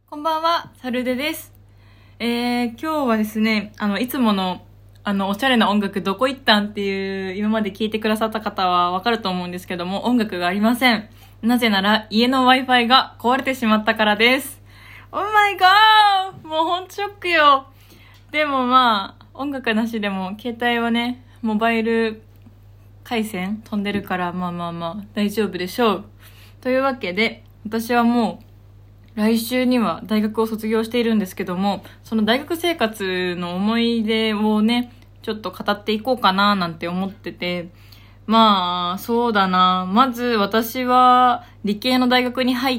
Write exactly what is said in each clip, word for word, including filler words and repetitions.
こんばんは、サルデです。えー、今日はですね、あの、いつもの、あの、おしゃれな音楽どこ行ったんっていう、今まで聞いてくださった方はわかると思うんですけども、音楽がありません。なぜなら、家の Wi-Fi が壊れてしまったからです。Oh my god! もうほんとショックよ。でもまあ、音楽なしでも、携帯はね、モバイル回線飛んでるから、まあまあまあ、大丈夫でしょう。というわけで、私はもう、来週には大学を卒業しているんですけども、その大学生活の思い出をね、ちょっと語っていこうかななんて思ってて、まあ、そうだな。まず私は理系の大学に入って、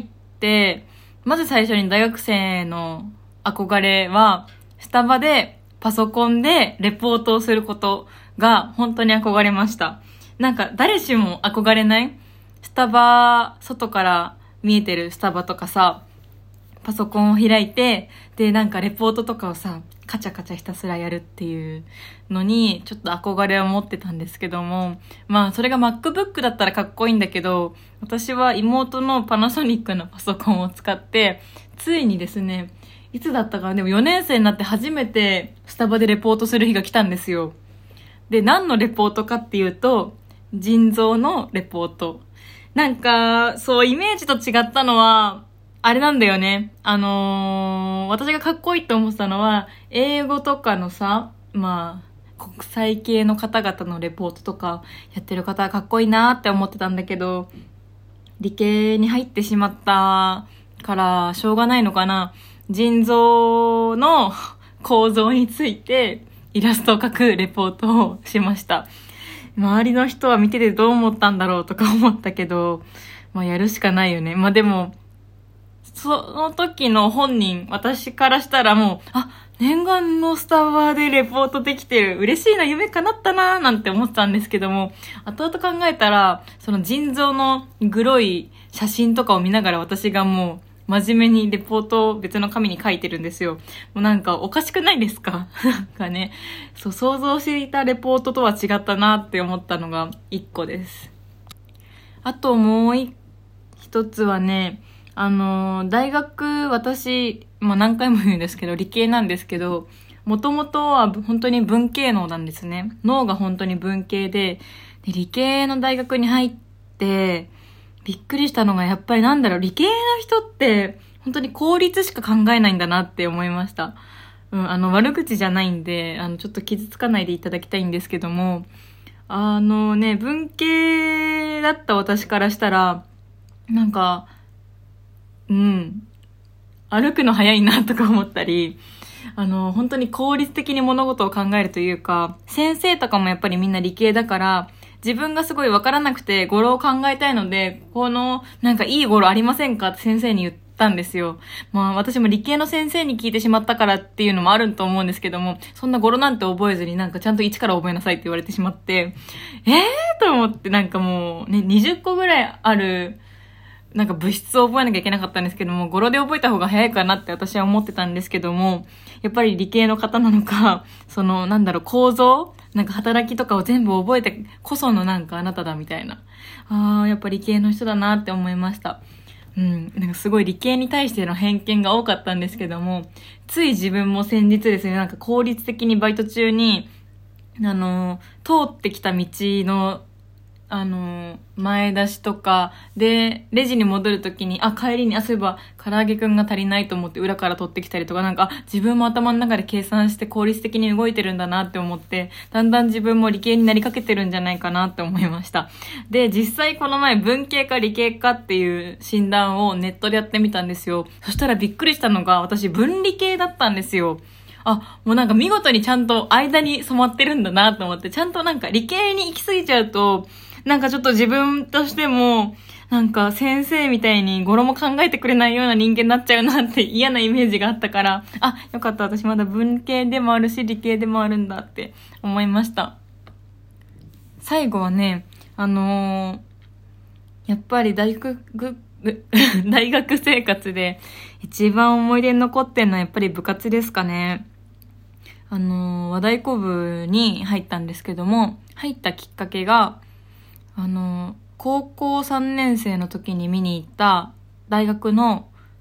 まず最初に大学生の憧れは、スタバでパソコンでレポートをすることが本当に憧れました。なんか誰しも憧れない？スタバ、外から見えてるスタバとかさ、パソコンを開いて、で、なんかレポートとかをさ、カチャカチャひたすらやるっていうのに、ちょっと憧れを持ってたんですけども、まあ、それが MacBook だったらかっこいいんだけど、私は妹のパナソニックのパソコンを使って、ついにですね、いつだったかな、でもよねん生になって初めてスタバでレポートする日が来たんですよ。で、何のレポートかっていうと、腎臓のレポート。なんか、そう、イメージと違ったのは、あれなんだよね。あのー、私がかっこいいと思ってたのは、英語とかのさ、まあ、国際系の方々のレポートとかやってる方はかっこいいなって思ってたんだけど、理系に入ってしまったからしょうがないのかな。腎臓の構造についてイラストを描くレポートをしました。周りの人は見ててどう思ったんだろうとか思ったけど、まあやるしかないよね。まあでも、その時の本人、私からしたらもう、あ、念願のスタバでレポートできてる。嬉しいな、夢叶ったな、なんて思ってたんですけども、後々考えたら、その腎臓のグロい写真とかを見ながら私がもう、真面目にレポートを別の紙に書いてるんですよ。もうなんかおかしくないですか？なんかね、そう、想像していたレポートとは違ったなって思ったのが一個です。あともう一つはね、あの、大学、私、まあ何回も言うんですけど、理系なんですけど、もともとは本当に文系脳なんですね。脳が本当に文系で、で理系の大学に入って、びっくりしたのがやっぱりなんだろう、理系の人って本当に効率しか考えないんだなって思いました。うん、あの、悪口じゃないんで、あの、ちょっと傷つかないでいただきたいんですけども、あのね、文系だった私からしたら、なんか、うん。歩くの早いなとか思ったり、あの、本当に効率的に物事を考えるというか、先生とかもやっぱりみんな理系だから、自分がすごいわからなくて語呂を考えたいので、この、なんかいい語呂ありませんかって先生に言ったんですよ。まあ私も理系の先生に聞いてしまったからっていうのもあると思うんですけども、そんな語呂なんて覚えずになんかちゃんと一から覚えなさいって言われてしまって、えーと思ってなんかもうね、にじゅっこぐらいある、なんか物質を覚えなきゃいけなかったんですけども、語呂で覚えた方が早いかなって私は思ってたんですけども、やっぱり理系の方なのか、その、なんだろう、構造なんか働きとかを全部覚えてこそのなんかあなただみたいな。あー、やっぱ理系の人だなって思いました。うん、なんかすごい理系に対しての偏見が多かったんですけども、つい自分も先日ですね、なんか効率的にバイト中に、あの、通ってきた道のあの、前出しとか、で、レジに戻るときに、あ、帰りに、あ、そういえば、唐揚げくんが足りないと思って裏から取ってきたりとか、なんか、自分も頭の中で計算して効率的に動いてるんだなって思って、だんだん自分も理系になりかけてるんじゃないかなって思いました。で、実際この前、文系か理系かっていう診断をネットでやってみたんですよ。そしたらびっくりしたのが、私、文理系だったんですよ。あ、もうなんか見事にちゃんと間に染まってるんだなと思って、ちゃんとなんか理系に行き過ぎちゃうと、なんかちょっと自分としても、なんか先生みたいに語呂も考えてくれないような人間になっちゃうなって嫌なイメージがあったから、あ、よかった、私まだ文系でもあるし理系でもあるんだって思いました。最後はね、あのー、やっぱり大学、大学生活で一番思い出に残ってるのはやっぱり部活ですかね。あのー、和太鼓部に入ったんですけども、入ったきっかけが、あの、高校さんねん生の時に見に行った大学の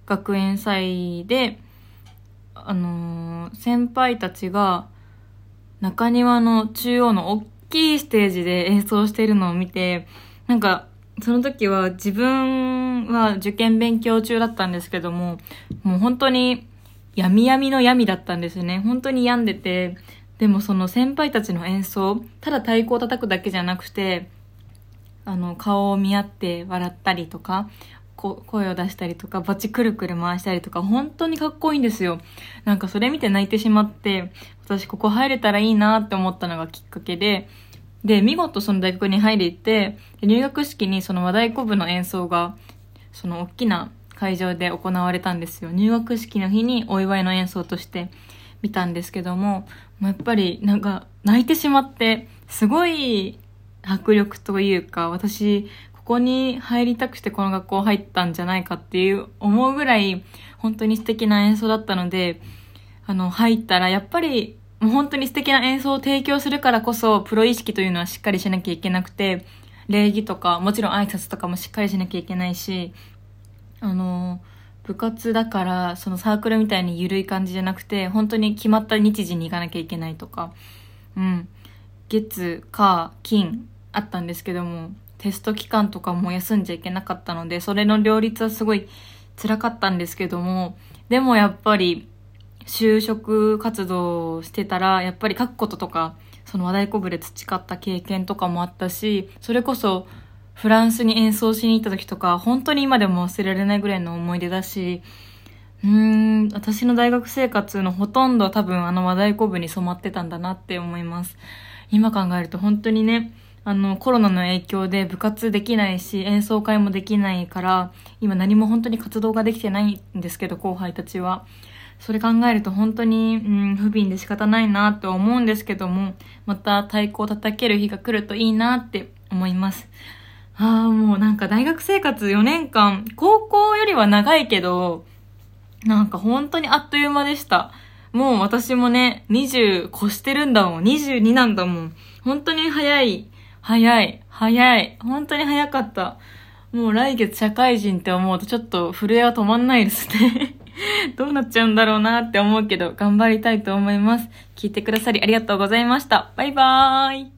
学園祭で、あのー、先輩たちが中庭の中央の大きいステージで演奏しているのを見て、なんかその時は自分は受験勉強中だったんですけども、もう本当に闇闇の闇だったんですよね。本当に病んでて、でもその先輩たちの演奏、ただ太鼓を叩くだけじゃなくて、あの顔を見合って笑ったりとか、こ声を出したりとか、バチくるくる回したりとか、本当にかっこいいんですよ。なんかそれ見て泣いてしまって、私ここ入れたらいいなって思ったのがきっかけで、で、見事その大学に入り行って、入学式にその和太鼓部の演奏が、その大きな会場で行われたんですよ。入学式の日にお祝いの演奏として見たんですけども、やっぱりなんか泣いてしまって、すごい迫力というか、私、ここに入りたくしてこの学校入ったんじゃないかっていう思うぐらい、本当に素敵な演奏だったので、あの、入ったらやっぱり、もう本当に素敵な演奏を提供するからこそ、プロ意識というのはしっかりしなきゃいけなくて、礼儀とか、もちろん挨拶とかもしっかりしなきゃいけないし、あの、部活だから、そのサークルみたいに緩い感じじゃなくて、本当に決まった日時に行かなきゃいけないとか、うん。月、火、金あったんですけども、テスト期間とかも休んじゃいけなかったので、それの両立はすごい辛かったんですけども、でもやっぱり、就職活動をしてたら、やっぱり書くこととか、その和太鼓部で培った経験とかもあったし、それこそフランスに演奏しに行った時とか、本当に今でも忘れられないぐらいの思い出だし、うーん、私の大学生活のほとんどは多分あの和太鼓部に染まってたんだなって思います。今考えると本当にね、あのコロナの影響で部活できないし、演奏会もできないから、今何も本当に活動ができてないんですけど、後輩たちは。それ考えると本当に、うん、不憫で仕方ないなと思うんですけども、また太鼓を叩ける日が来るといいなって思います。ああ、もうなんか大学生活よねんかん、高校よりは長いけど、なんか本当にあっという間でした。もう私もね、にじゅう越してるんだもん。にじゅうになんだもん。本当に早い。早い。早い。本当に早かった。もう来月社会人って思うとちょっと震えは止まんないですね。どうなっちゃうんだろうなって思うけど、頑張りたいと思います。聞いてくださりありがとうございました。バイバーイ。